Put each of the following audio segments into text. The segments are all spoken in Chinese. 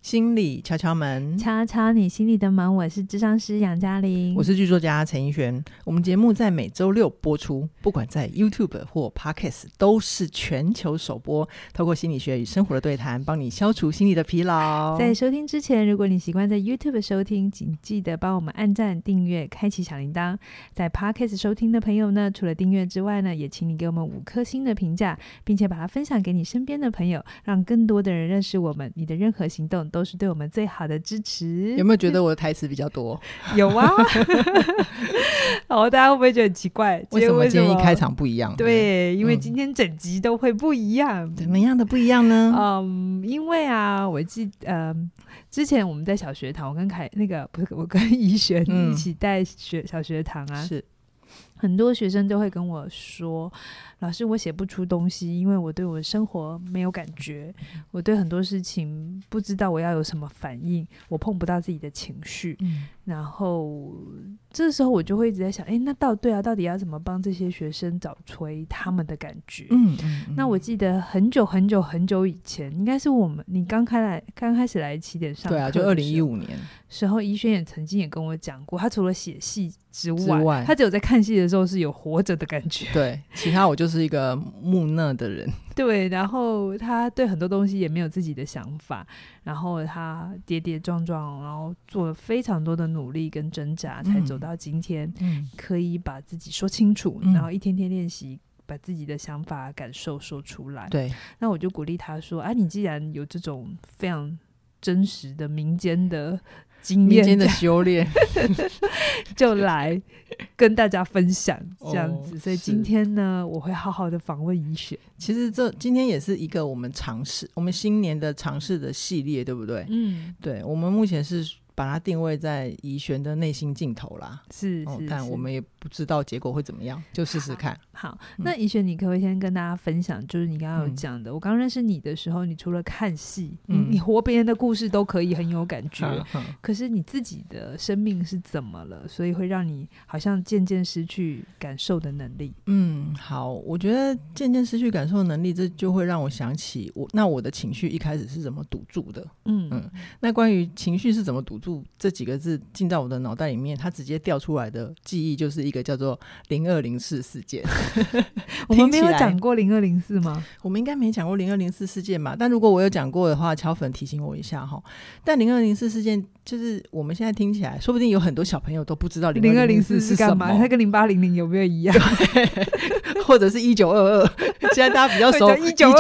心理敲敲门， 敲敲你心里的门。我是諮商师杨嘉玲， 我是剧作家陈奕璇。我们节目在每周六播出，不管在 YouTube 或 Podcast 都是全球首播，透过心理学与生活的对谈，帮你消除心理的疲劳。 在收听之前，如果你习惯在 YouTube 收听，请记得帮我们按赞、订阅、开启小铃铛。在 Podcast 收听的朋友呢，除了订阅之外呢，也请你给我们5颗星的评价，并且把它分享给你身边的朋友，让更多的人认识我们。你的任何行动都是对我们最好的支持。 有没有觉得我的台词比较多？ 有啊。大家会不会觉得很奇怪？ 为什么今天一开场不一样？ 对，因为今天整集都会不一样。 怎么样的不一样呢？ 因为啊，我记得之前我们在小学堂，我跟我跟怡璇一起带小学堂啊， 是很多学生都会跟我说，老师，我写不出东西，因为我对我的生活没有感觉，我对很多事情不知道我要有什么反应，我碰不到自己的情绪。然后这时候我就会一直在想，那到底要怎么帮这些学生找回他们的感觉？那我记得很久很久很久以前，应该是你刚开始来起点上课， 对啊，就2015年时候，怡璇也曾经也跟我讲过，他除了写戏之外，他只有在看戏的时候是有活着的感觉。 对，其他我就是一个木讷的人。 对，然后他对很多东西也没有自己的想法，然后他跌跌撞撞，然后做了非常多的努力跟挣扎，才走到今天，可以把自己说清楚，然后一天天练习把自己的想法感受说出来。 对， 那我就鼓励他说，你既然有这种非常真实的民间的经验， 民间的修炼就来跟大家分享这样子。所以今天呢，我会好好的访问怡璇。 其实今天也是一个我们新年的尝试的系列，对不对？对，我们目前是把它定位在怡璇的内心镜头啦，是但我们也不知道结果会怎么样，就试试看。 好，那怡璇，你可不可以先跟大家分享，就是你刚刚有讲的，我刚认识你的时候，你除了看戏，你活别人的故事都可以很有感觉，可是你自己的生命是怎么了？所以会让你好像渐渐失去感受的能力。 好，我觉得渐渐失去感受的能力，这就会让我想起我的情绪一开始是怎么堵住的。那关于情绪是怎么堵住这几个字进到我的脑袋里面，它直接调出来的记忆就是一个叫做0204事件。 我们没有讲过0204吗？ 我们应该没讲过0204事件吧，但如果我有讲过的话，敲粉提醒我一下齁。但0204事件就是我们现在听起来说不定有很多小朋友都不知道0204是干嘛， 它跟0800有没有一样？ 或者是1922，现在大家比较熟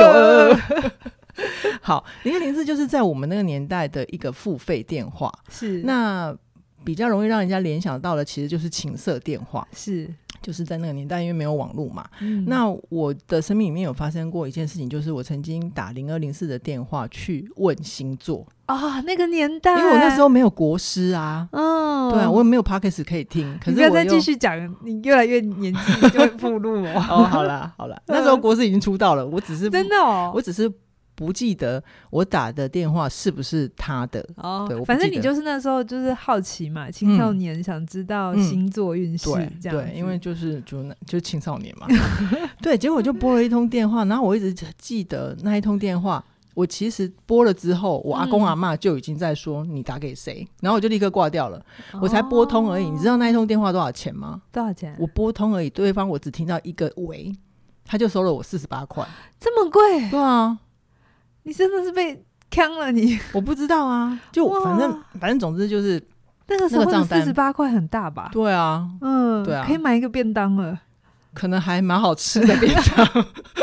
1922。好，0204就是在我们那个年代的一个付费电话，是那比较容易让人家联想到的其实就是情色电话，是就是在那个年代因为没有网络嘛。那我的生命里面有发生过一件事情，就是我曾经打0204的电话去问星座啊，那个年代， 因为我那时候没有国师啊，对啊，我也没有 podcast 可以听。可是你不要再继续讲，你越来越年纪就会暴露哦。 好啦，那时候国师已经出道了，我只是真的我只是不记得我打的电话是不是他的。对， 反正你就是那时候就是好奇嘛，青少年想知道星座运势，这样对，因为就是青少年嘛。对，结果我就拨了一通电话，然后我一直记得那一通电话，我其实拨了之后，我阿公阿嬷就已经在说你打给谁，然后我就立刻挂掉了。我才拨通而已，你知道那一通电话多少钱吗？ 多少钱？ 我拨通而已，对方我只听到一个喂，他就收了我48块。 这么贵？ 对啊， 你真的是被坑了你。 我不知道啊，就反正总之就是那个时候48块很大吧？ 对啊，对啊， 可以买一个便当了， 可能还蛮好吃的便当。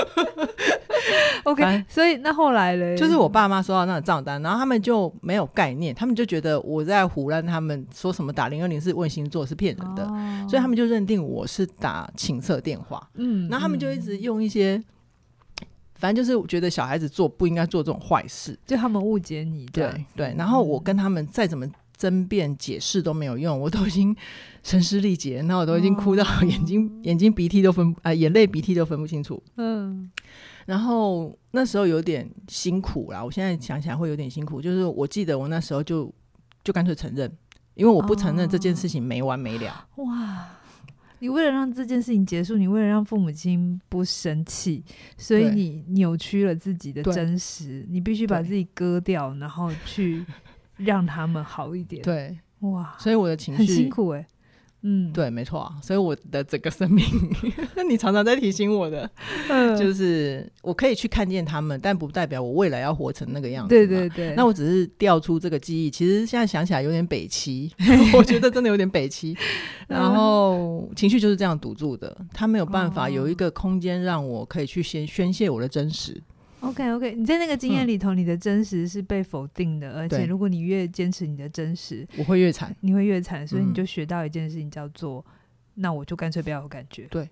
OK， 所以那后来嘞， 就是我爸妈收到那个账单，然后他们就没有概念，他们就觉得我在唬烂他们，说什么打0204问星座是骗人的，所以他们就认定我是打情色电话。然后他们就一直用一些反正就是觉得小孩子不应该做这种坏事， 就他们误解你。 对，然后我跟他们再怎么争辩解释都没有用，我都已经声嘶力竭，然后我都已经哭到眼睛鼻涕都眼泪鼻涕都分不清楚。然后那时候有点辛苦啦，我现在想起来会有点辛苦，就是我记得我那时候就干脆承认，因为我不承认这件事情没完没了。 哇， 你为了让这件事情结束，你为了让父母亲不生气，所以你扭曲了自己的真实，你必须把自己割掉，然后去让他们好一点。 对， 哇， 所以我的情绪很辛苦欸。 对，没错啊，所以我的整个生命你常常在提醒我的就是我可以去看见他们，但不代表我未来要活成那个样子嘛。对对对，那我只是调出这个记忆，其实现在想起来有点北七我觉得真的有点北七然后情绪就是这样堵住的，他没有办法有一个空间让我可以去宣泄我的真实。 OK， 你在那个经验里头，你的真实是被否定的，而且如果你越坚持你的真实， 我会越惨， 你会越惨，所以你就学到一件事情叫做，那我就干脆不要有感觉。 对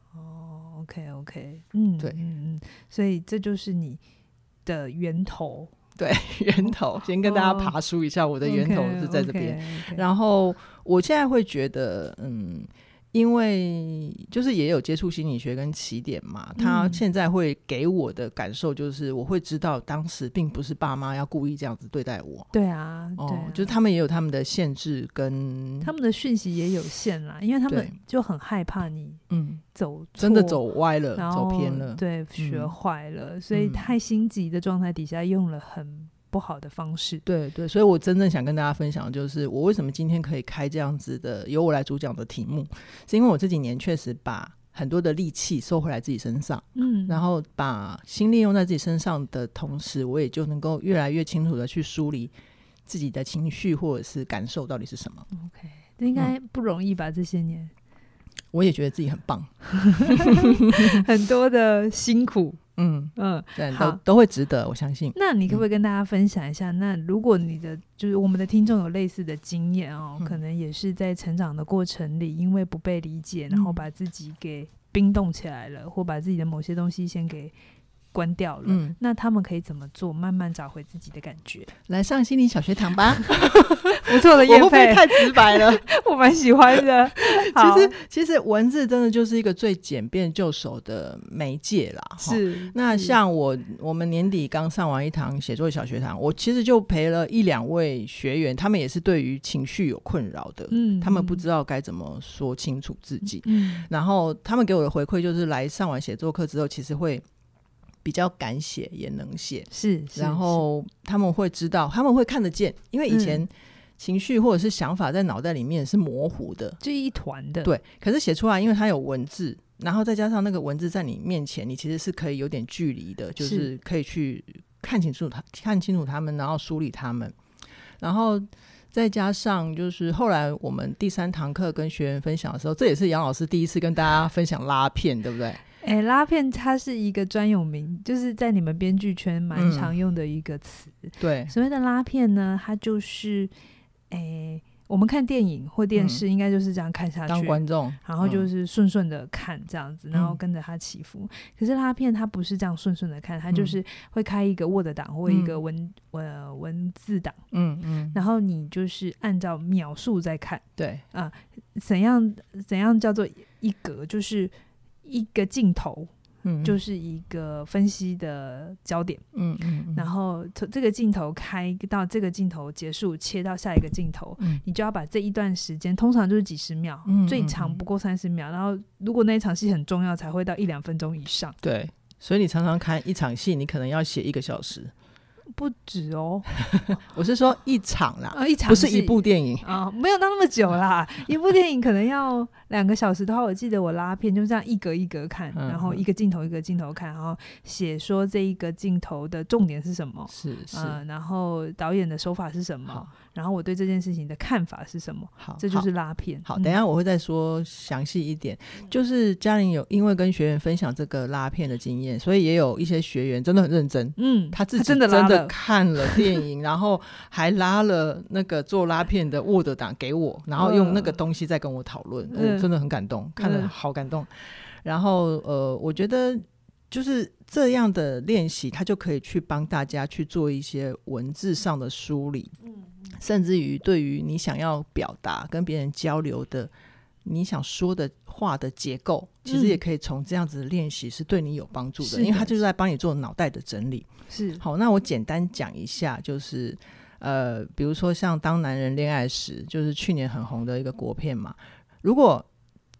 ，OK， 对， 所以这就是你的源头。 对，源头先跟大家爬梳一下，我的源头是在这边。然后我现在会觉得因为就是也有接触心理学跟起点嘛，他现在会给我的感受就是我会知道当时并不是爸妈要故意这样子对待我。 对啊， 就是他们也有他们的限制跟他们的讯息也有限啦，因为他们就很害怕你走错， 真的走歪了，走偏了， 对，学坏了，所以太心急的状态底下用了很不好的方式。 对对，所以我真正想跟大家分享的就是我为什么今天可以开这样子的由我来主讲的题目，是因为我这几年确实把很多的力气收回来自己身上，然后把心力用在自己身上的同时，我也就能够越来越清楚的去梳理自己的情绪或者是感受到底是什么。 OK， 这应该不容易吧，这些年我也觉得自己很棒很多的辛苦对，都会值得，我相信。 那你可不可以跟大家分享一下，那如果你的就是我们的听众有类似的经验可能也是在成长的过程里因为不被理解，然后把自己给冰冻起来了，或把自己的某些东西先给关掉了，那他们可以怎么做慢慢找回自己的感觉？ 来上心理小学堂吧不错的业配， 我会不会太直白了我蛮喜欢的其实文字真的就是一个最简便就手的媒介啦。是，那像我们年底刚上完一堂写作小学堂，我其实就陪了1-2位学员，他们也是对于情绪有困扰的，他们不知道该怎么说清楚自己，然后他们给我的回馈就是来上完写作课之后其实会比较敢写也能写，是，然后他们会知道，他们会看得见，因为以前情绪或者是想法在脑袋里面是模糊的， 就一团的， 对，可是写出来因为它有文字，然后再加上那个文字在你面前，你其实是可以有点距离的，就是可以去看清楚他们，然后梳理他们，然后再加上就是后来我们第3堂课跟学员分享的时候，这也是杨老师第一次跟大家分享拉片，对不对？ 拉片它是一个专有名，就是在你们编剧圈蛮常用的一个词，对，所谓的拉片呢，它就是我们看电影或电视应该就是这样看下去， 当观众， 然后就是顺顺的看这样子，然后跟着它起伏。可是拉片它不是这样顺顺的看，它就是会开一个 Word 档或一个文字档，然后你就是按照秒数在看，对啊，怎样叫做一格，就是一个镜头就是一个分析的焦点，然后从这个镜头开到这个镜头结束，切到下一个镜头，你就要把这一段时间，通常就是几十秒，最长不过30秒，然后如果那一场戏很重要才会到1-2分钟以上。 对，所以你常常看一场戏你可能要写1个小时， 不止哦我是说一场啦， 一场不是一部电影没有到那么久啦一部电影可能要2个小时的话，我记得我拉片就这样一格一格看，然后一个镜头一个镜头看，然后写说这一个镜头的重点是什么，是然后导演的手法是什么，然后我对这件事情的看法是什么，好，这就是拉片。 好，等一下我会再说详细一点，就是嘉玲有因为跟学员分享这个拉片的经验，所以也有一些学员真的很认真，他自己真的看了电影然后还拉了那个做拉片的 Word 档给我，然后用那个东西再跟我讨论，我真的很感动，看了好感动。然后我觉得就是这样的练习它就可以去帮大家去做一些文字上的梳理，甚至于对于你想要表达跟别人交流的你想说的话的结构，其实也可以从这样子的练习是对你有帮助的，因为它就是在帮你做脑袋的整理。是，好，那我简单讲一下，就是比如说像当男人恋爱时，就是去年很红的一个国片嘛，如果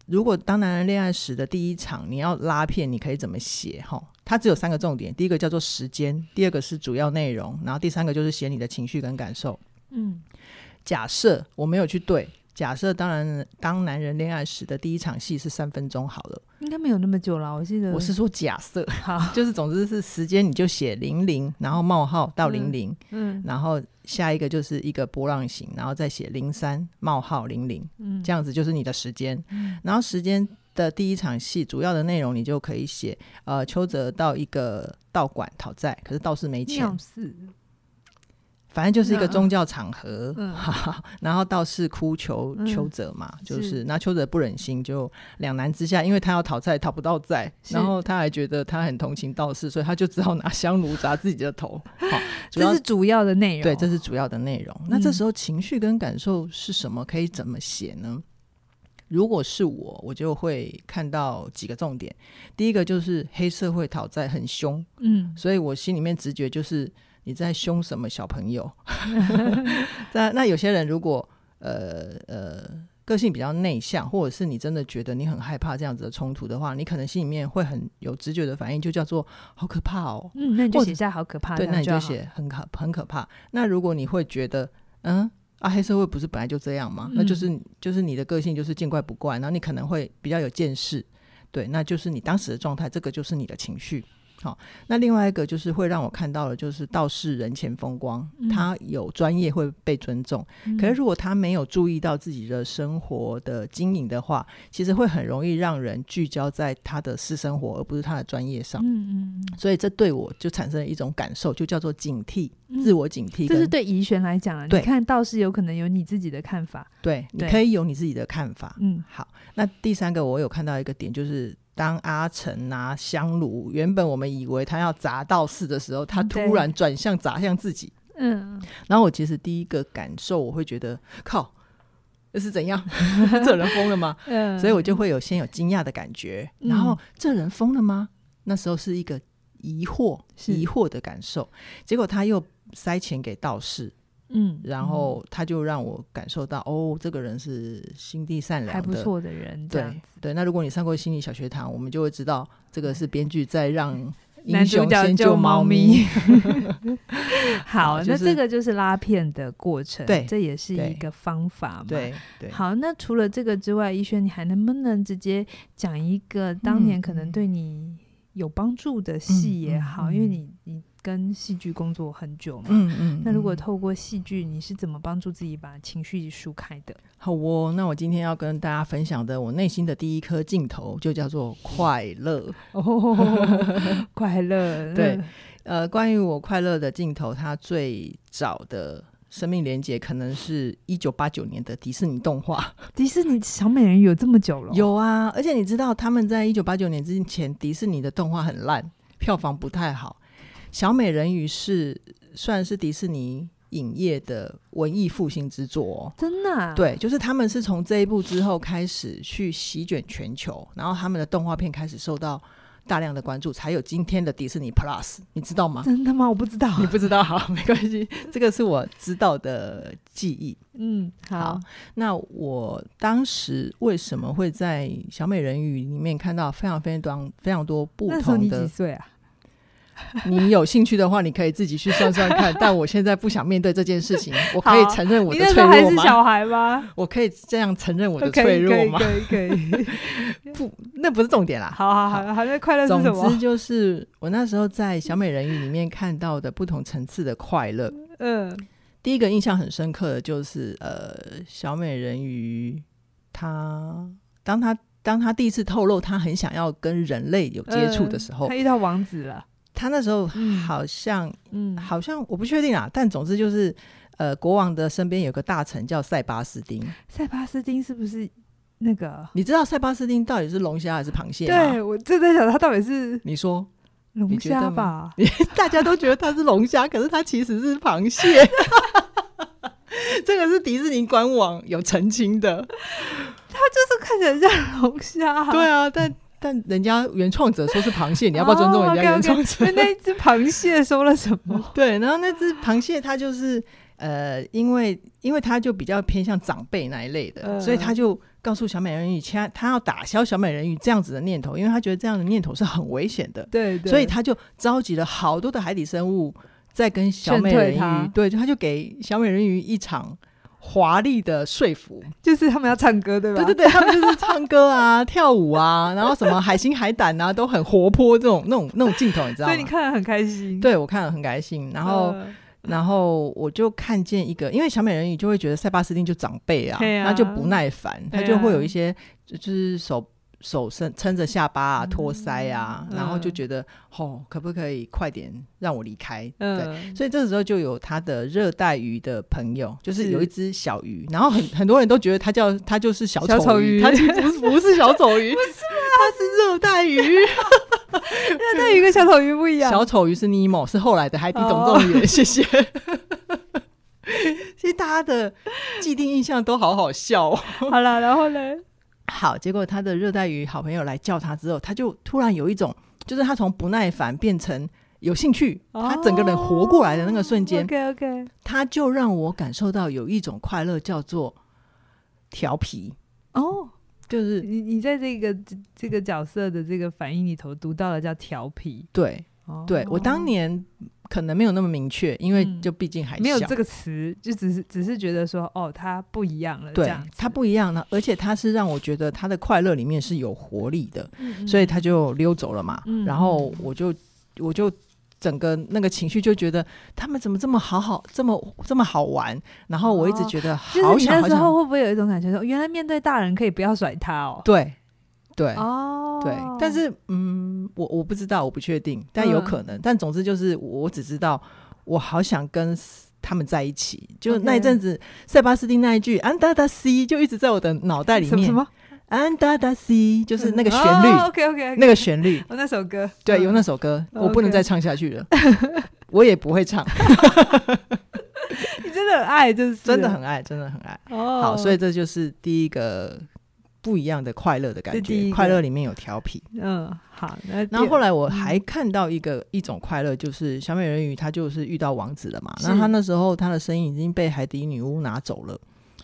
如果当男人恋爱时的第一场你要拉片，你可以怎么写？它只有3个重点，第一个叫做时间，第二个是主要内容，然后第3个就是写你的情绪跟感受。假设我没有去对，假设当男人恋爱时的第一场戏是3分钟好了， 应该没有那么久了，我记得。 我是说假设，就是总之是时间你就写00，然后冒号到00，然后下一个就是一个波浪形，然后再写03冒号00，这样子就是你的时间。然后时间的第一场戏主要的内容你就可以写邱泽到一个道馆讨债，可是道士没钱，反正就是一个宗教场合，然后道士哭求邱泽嘛，就是那邱泽不忍心，就两难之下，因为他要讨债讨不到债，然后他还觉得他很同情道士，所以他就只好拿香炉砸自己的头。 这是主要的内容。 对，这是主要的内容。那这时候情绪跟感受是什么？可以怎么写呢？如果是我就会看到几个重点。第一个就是黑社会讨债很凶，所以我心里面直觉就是你在凶什么小朋友。那有些人如果个性比较内向，或者是你真的觉得你很害怕这样子的冲突的话，你可能心里面会很有直觉的反应，就叫做好可怕哦。 那你就写下好可怕。 对，那你就写很可怕。那如果你会觉得黑社会不是本来就这样吗？那就是你的个性就是见怪不怪，然后你可能会比较有见识，对，那就是你当时的状态，这个就是你的情绪。好，那另外一个就是会让我看到的就是道士人前风光，他有专业会被尊重，可是如果他没有注意到自己的生活的经营的话，其实会很容易让人聚焦在他的私生活而不是他的专业上。所以这对我就产生了一种感受，就叫做警惕，自我警惕。 这是对怡璇来讲你看道士有可能有你自己的看法， 对，你可以有你自己的看法。好，那第3个我有看到一个点，就是当阿成拿香炉，原本我们以为他要砸道士的时候，他突然转向砸向自己。然后我其实第一个感受我会觉得靠，这是怎样？这人疯了吗？所以我就会先有惊讶的感觉，然后这人疯了吗？那时候是一个疑惑的感受。结果他又塞钱给道士，然后他就让我感受到这个人是心地善良的， 还不错的人。 对，那如果你上过心理小学堂，我们就会知道这个是编剧在让男主角救猫咪。好，那这个就是拉片的过程，对，这也是一个方法嘛。 对。 好，那除了这个之外，怡璇你还能不能直接讲一个当年可能对你有帮助的戏也好，因为你跟戏剧工作很久嘛，那如果透过戏剧，你是怎么帮助自己把情绪抒开的？ 好那我今天要跟大家分享的我内心的第一颗镜头就叫做快乐。 快乐。 对，关于我快乐的镜头，它最早的生命连结可能是1989年的迪士尼动画。 迪士尼小美人鱼有这么久了？ 有啊，而且你知道他们在1989年之前，迪士尼的动画很烂，票房不太好。小美人鱼算是迪士尼影业的文艺复兴之作真的对，就是他们是从这一部之后开始去席卷全球，然后他们的动画片开始受到大量的关注，才有今天的迪士尼 Plus， 你知道吗？ 真的吗？我不知道。 你不知道？好，没关系，这个是我知道的记忆。好，那我当时为什么会在小美人鱼里面看到非常多不同的？ 那时候你几岁啊？ 你有兴趣的话你可以自己去算算看，但我现在不想面对这件事情。我可以承认我的脆弱吗？ 你那时候还是小孩吗？ 我可以这样承认我的脆弱吗？ 可以不，那不是重点啦。 好，那快乐是什么？ 总之就是我那时候在小美人鱼里面看到的不同层次的快乐。第一个印象很深刻的就是小美人鱼当他第一次透露他很想要跟人类有接触的时候， 他遇到王子了。 他那时候好像我不确定啊，但总之就是国王的身边有个大臣叫塞巴斯丁。 塞巴斯丁是不是那个？ 你知道塞巴斯丁到底是龙虾还是螃蟹吗？对，我正在想他到底是， 你说龙虾吧？ 大家都觉得他是龙虾，可是他其实是螃蟹。这个是迪士尼官网有澄清的。 他就是看起来像龙虾。 对啊，但人家原创者说是螃蟹，你要不要尊重人家原创者？ 那一只螃蟹说了什么？ 对，然后那只螃蟹它就是因为它就比较偏向长辈那一类的，所以它就告诉小美人鱼，他要打消小美人鱼这样子的念头，因为他觉得这样的念头是很危险的。 对对， 所以他就召集了好多的海底生物在跟小美人鱼，对，他就给小美人鱼一场华丽的说服， 就是他们要唱歌对吧？ 对对对，他们就是唱歌啊跳舞啊，然后什么海星海胆啊都很活泼，这种那种镜头你知道吗？ 所以你看得很开心。 对，我看得很开心。然后我就看见一个，因为小美人鱼就会觉得塞巴斯汀就长辈啊，他就不耐烦，他就会有一些就是手撑着下巴啊托腮啊，然后就觉得可不可以快点让我离开，对，所以这个时候就有他的热带鱼的朋友，就是有一只小鱼，然后很多人都觉得他就是小丑鱼，他其实不是小丑鱼，不是他是热带鱼。 热带鱼跟小丑鱼不一样， 小丑鱼是尼莫，是后来的海底总动员。谢谢。其实大家的既定印象都好好笑哦。 好啦，然后呢？ 好，结果他的热带鱼好朋友来叫他之后，他就突然有一种，就是他从不耐烦变成有兴趣，他整个人活过来的那个瞬间， OK， 他就让我感受到有一种快乐，叫做调皮哦。就是你在这个角色的这个反应里头读到了叫调皮， 对，对，我当年可能没有那么明确，因为就毕竟还小， 没有这个词，就只是觉得说他不一样了， 对， 这样子他不一样了，而且他是让我觉得他的快乐里面是有活力的，所以他就溜走了嘛，然后我就整个那个情绪就觉得他们怎么这么好这么好玩，然后我一直觉得好想， 就是你那时候会不会有一种感觉说，原来面对大人可以不要甩他哦？ 对对对，但是我不知道，我不确定，但有可能，但总之就是我只知道我好想跟他们在一起，就那一阵子塞巴斯汀那一句安达达西就一直在我的脑袋里面。 什么安达达西就是那个旋律 ，OK， 那个旋律， 那首歌， 对，有那首歌，我不能再唱下去了，我也不会唱。 你真的很爱，就是真的很爱，真的很爱。好，所以这就是第一个不一样的快乐的感觉，快乐里面有调皮。 好。 然后后来我还看到一种快乐，就是小美人鱼她就是遇到王子了嘛，那她那时候她的声音已经被海底女巫拿走了。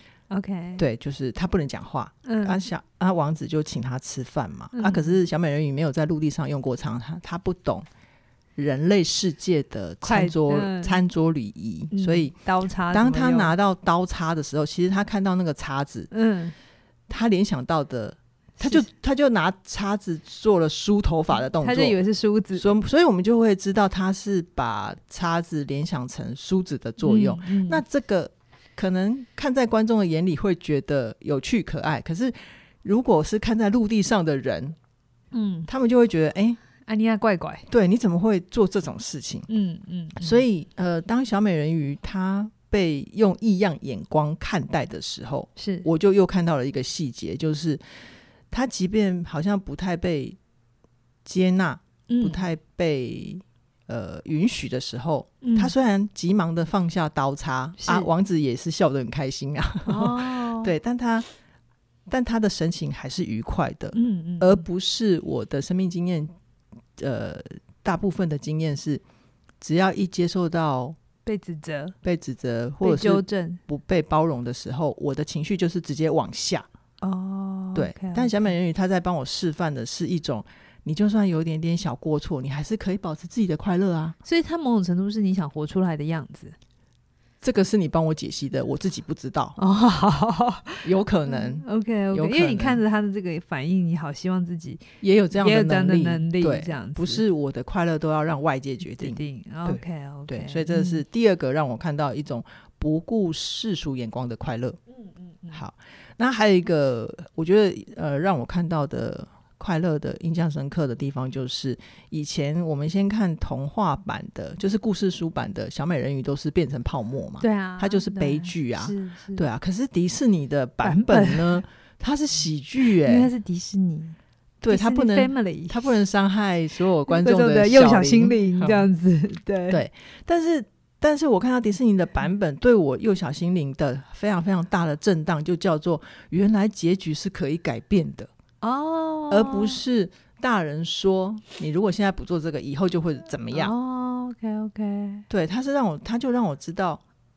OK， 对，就是他不能讲话，王子就请他吃饭嘛，可是小美人鱼没有在陆地上用过餐，他不懂人类世界的餐桌礼仪，所以刀叉当他拿到刀叉的时候，其实他看到那个叉子，他联想到的，他就拿叉子做了梳头发的动作， 他就以为是梳子， 所以我们就会知道他是把叉子联想成梳子的作用。那这个可能看在观众的眼里会觉得有趣可爱，可是如果是看在陆地上的人，他们就会觉得安妮亚怪怪， 对，你怎么会做这种事情？所以当小美人鱼她被用异样眼光看待的时候，我就又看到了一个细节，就是她即便好像不太被接纳，不太被允许的时候，他虽然急忙的放下刀叉王子也是笑得很开心啊，对，但他的神情还是愉快的，而不是我的生命经验大部分的经验是只要一接受到被指责或者是纠正不被包容的时候，我的情绪就是直接往下对，但小美人鱼她在帮我示范的是一种你就算有一点点小过错，你还是可以保持自己的快乐啊。 所以它某种程度是你想活出来的样子。 这个是你帮我解析的，我自己不知道。有可能。 OK， 因为你看着他的这个反应，你好希望自己也有这样的能力， 对，这样子不是我的快乐都要让外界决定。 OK， 对，所以这是第二个让我看到一种不顾世俗眼光的快乐。好，那还有一个我觉得让我看到的快乐的印象深刻的地方，就是以前我们先看童话版的，就是故事书版的小美人鱼都是变成泡沫嘛， 对啊， 它就是悲剧啊， 是对啊。可是迪士尼的版本呢，它是喜剧因为它是迪士尼， 对，它不能伤害所有观众的幼小心灵这样子， 对。但是我看到迪士尼的版本对我幼小心灵的非常非常大的震荡，就叫做原来结局是可以改变的而不是大人说你如果现在不做这个以后就会怎么样。 OK， 对，他就让我知道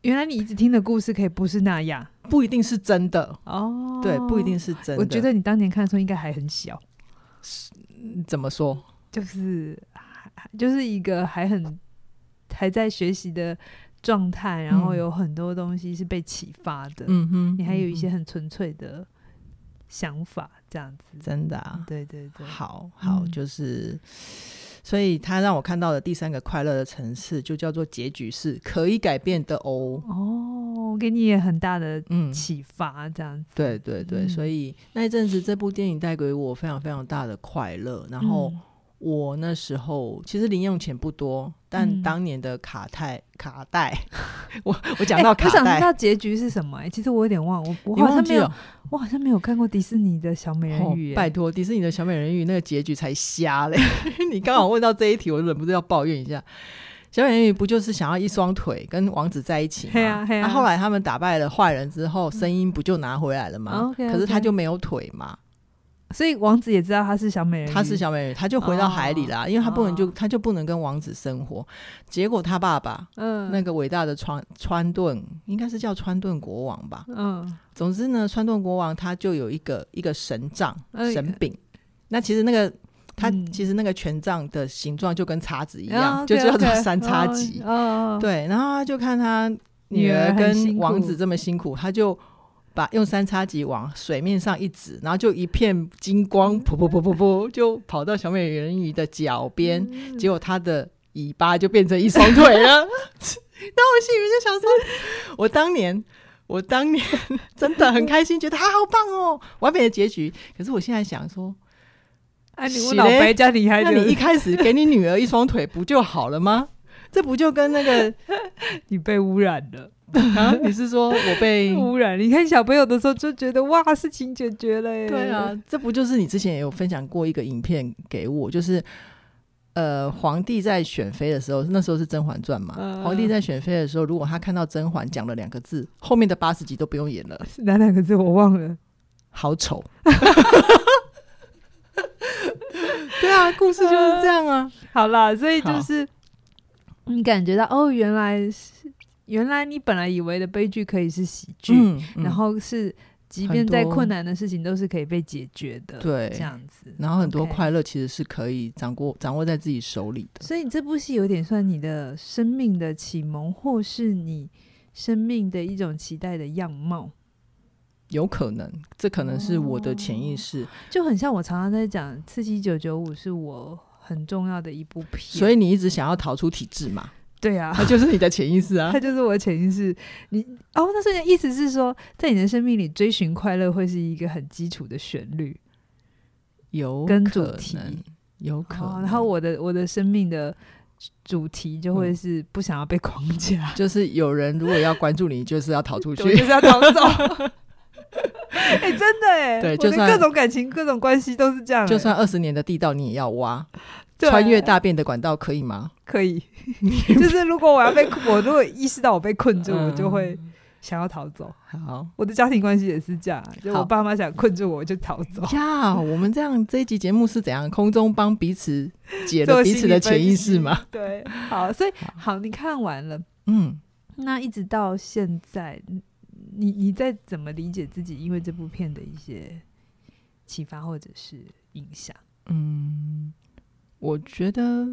原来你一直听的故事可以不是那样， 不一定是真的哦。 对，不一定是真的。 我觉得你当年看的时候应该还很小。 怎么说？ 就是一个还在学习的状态，然后有很多东西是被启发的。你还有一些很纯粹的想法，这样子。 真的啊？ 对对对。 好，就是所以他让我看到的第三个快乐的层次就叫做结局是可以改变的哦， 给你也很大的启发，这样子。 对对对，所以那一阵子这部电影带给我非常非常大的快乐。然后我那时候其实零用钱不多，但当年的卡带我讲到卡带， 我想知道结局是什么。其实我有点忘，我好像没有看过迪士尼的小美人鱼。 拜托，迪士尼的小美人鱼那个结局才瞎嘞你刚好问到这一题，我忍不住要抱怨一下。小美人鱼不就是想要一双腿跟王子在一起吗？后来他们打败了坏人之后，声音不就拿回来了吗？可是他就没有腿嘛， 所以王子也知道他是小美人鱼， 他是小美人鱼，他就回到海里啦，因为他就不能跟王子生活。结果他爸爸，那个伟大的川顿，应该是叫川顿国王吧。总之呢，川顿国王他就有一个神杖、神柄。那其实那个权杖的形状就跟叉子一样，就叫做三叉戟。对，然后他就看他女儿跟王子这么辛苦，他就用三叉戟往水面上一指，然后就一片金光噗噗噗噗噗就跑到小美人鱼的脚边，结果他的尾巴就变成一双腿了那我心里就想说，我当年真的很开心，觉得他好棒哦，完美的结局。可是我现在想说， 你问老白家厉害， 那你一开始给你女儿一双腿不就好了吗？这不就跟那个你被污染了你是说我被污染？你看小朋友的时候就觉得哇，事情解决了耶。 对啊，这不就是你之前也有分享过一个影片给我，就是皇帝在选妃的时候，那时候是甄嬛传嘛，皇帝在选妃的时候，如果他看到甄嬛讲了2个字，后面的80集都不用演了。 是哪2个字我忘了？ 好丑对啊，故事就是这样啊。 好啦，所以就是你感觉到哦，原来你本来以为的悲剧可以是喜剧，然后是即便再困难的事情都是可以被解决的，对，这样子。 然后很多快乐其实是可以掌握在自己手里的。 所以这部戏有点算你的生命的启蒙，或是你生命的一种期待的样貌。 有可能，这可能是我的潜意识， 就很像我常常在讲《刺激995》是我很重要的一部片， 所以你一直想要逃出体制嘛？ 对啊， 它就是你的潜意识啊， 它就是我的潜意识。那所以意思是说，在你的生命里追寻快乐会是一个很基础的旋律，跟主题有可能。 然后我的生命的主题就会是不想要被框架， 就是有人如果要关注你，就是要逃出去， 就是要逃走。真的对，就算各种感情、各种关系都是这样。 就算20年的地道你也要挖，穿越大便的管道可以吗？ 可以。就是如果我如果意识到我被困住，我就会想要逃走。 好， 我的家庭关系也是这样，就我爸妈想困住我就逃走。 我们这一集节目是怎样空中帮彼此解了彼此的潜意识吗？ 对，好，所以好，你看完了，那一直到现在。你在怎么理解自己因为这部片的一些启发或者是影响？ 我觉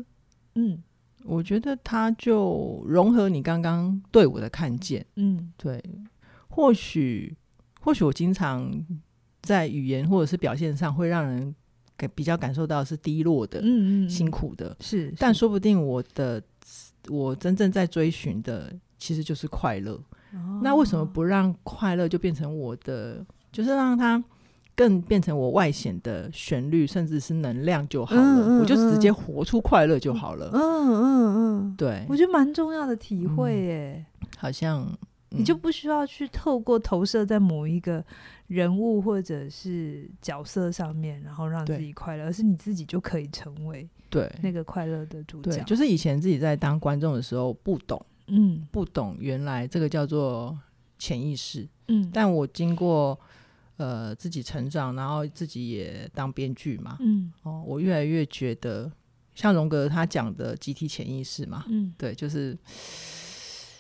得它就融合你刚刚对我的看见。对，或许我经常在语言或者是表现上会让人比较感受到是低落的，辛苦的，是，但说不定我真正在追寻的其实就是快乐。那为什么不让快乐就变成我的，就是让它更变成我外显的旋律甚至是能量就好了，我就直接活出快乐就好了。对， 我觉得蛮重要的体会耶。 好像你就不需要去透过投射在某一个人物或者是角色上面然后让自己快乐，而是你自己就可以成为那个快乐的主角。 对，就是以前自己在当观众的时候不懂原来这个叫做潜意识。但我经过自己成长，然后自己也当编剧嘛，我越来越觉得像荣格他讲的集体潜意识嘛，对，就是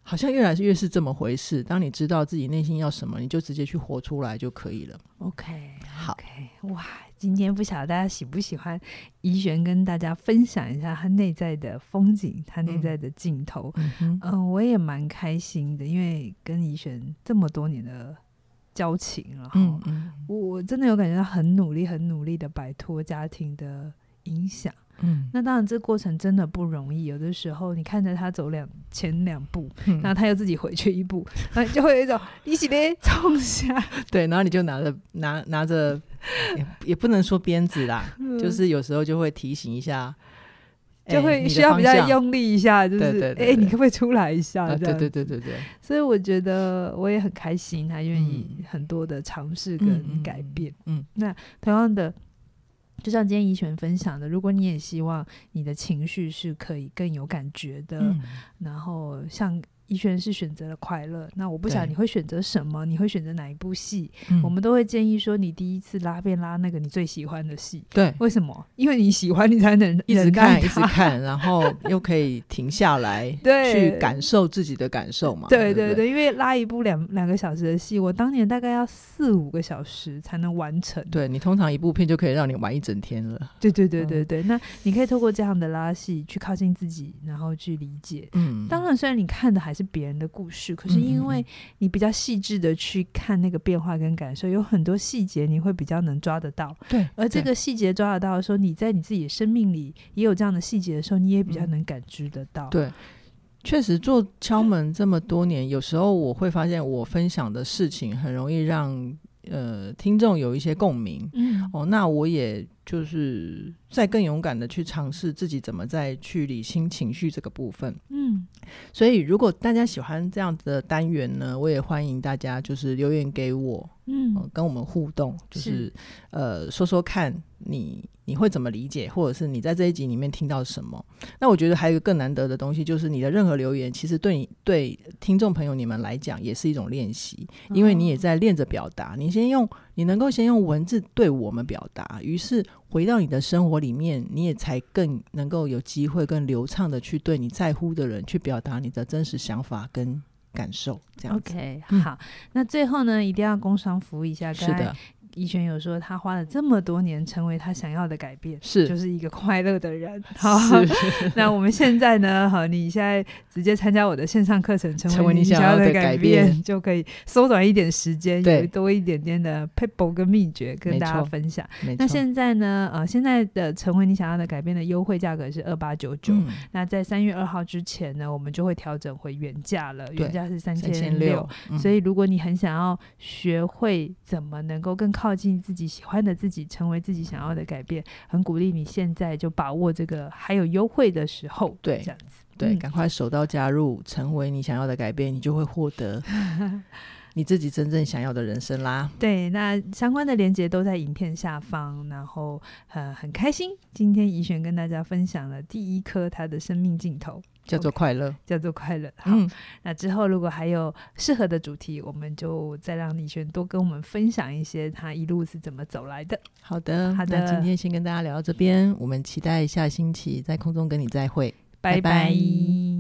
好像越来越是这么回事，当你知道自己内心要什么，你就直接去活出来就可以了。 OK 好 OK， 哇，今天不晓得大家喜不喜欢怡璇跟大家分享一下他内在的风景，他内在的镜头。我也蛮开心的，因为跟怡璇这么多年的交情，然后我真的有感觉到很努力的摆脱家庭的影响。那当然这过程真的不容易，有的时候你看着他走前两步，然后他又自己回去一步，然后就会有一种你是在冲下对，然后你就拿着也不能说鞭子啦，就是有时候就会提醒一下， 就会需要比较用力一下，就是对你可不可以出来一下， 对。 所以我觉得我也很开心他愿意很多的尝试跟改变。那同样的，就像今天怡璇分享的，如果你也希望你的情绪是可以更有感觉的，然后像怡璇是选择了快乐，那我不晓得你会选择什么，你会选择哪一部戏？我们都会建议说，你第一次拉便拉那个你最喜欢的戏。对，为什么？因为你喜欢，你才能一直看，然后又可以停下来去感受自己的感受嘛。对， 因为拉一部两个小时的戏，我当年大概要4-5个小时才能完成。 对，你通常一部片就可以让你玩一整天了。 对，那你可以透过这样的拉戏去靠近自己，然后去理解。当然虽然你看的还是别人的故事，可是因为你比较细致的去看那个变化跟感受，有很多细节你会比较能抓得到。对，而这个细节抓得到的时候，你在你自己的生命里也有这样的细节的时候，你也比较能感知得到。对， 确实做敲门这么多年，有时候我会发现我分享的事情很容易让听众有一些共鸣。那我也就是再更勇敢的去尝试自己怎么再去理清情绪这个部分。所以如果大家喜欢这样子的单元呢，我也欢迎大家就是留言给我，跟我们互动，就是说说看你会怎么理解，或者是你在这一集里面听到什么。那我觉得还有一个更难得的东西，就是你的任何留言其实对听众朋友你们来讲也是一种练习，因为你也在练着表达，你能够先用文字对我们表达，于是回到你的生活里面，你也才更能够有机会更流畅的去对你在乎的人去表达你的真实想法跟感受，这样子。 OK， 好，那最后呢一定要工商服务一下。是的，怡璇有说他花了这么多年成为他想要的改变，就是一个快乐的人。好，那我们现在呢，好，你现在直接参加我的线上课程，成为你想要的改变，就可以缩短一点时间，有多一点点的 paper 跟秘诀跟大家分享。那现在呢，现在的成为你想要的改变的优惠价格是2899。那在3月2号之前呢，我们就会调整回原价了，原价是3600。所以如果你很想要学会怎么能够更靠近自己喜欢的自己，成为自己想要的改变，很鼓励你现在就把握这个还有优惠的时候。对，这样子。对， 赶快手到加入，成为你想要的改变，你就会获得你自己真正想要的人生啦。 对，那相关的连结都在影片下方。然后很开心今天怡璇跟大家分享了第一颗他的生命镜头， 叫做快乐， 叫做快乐。好，那之后如果还有适合的主题，我们就再让怡璇多跟我们分享一些他一路是怎么走来的。 好的，那今天先跟大家聊到这边，我们期待下星期在空中跟你再会，拜拜。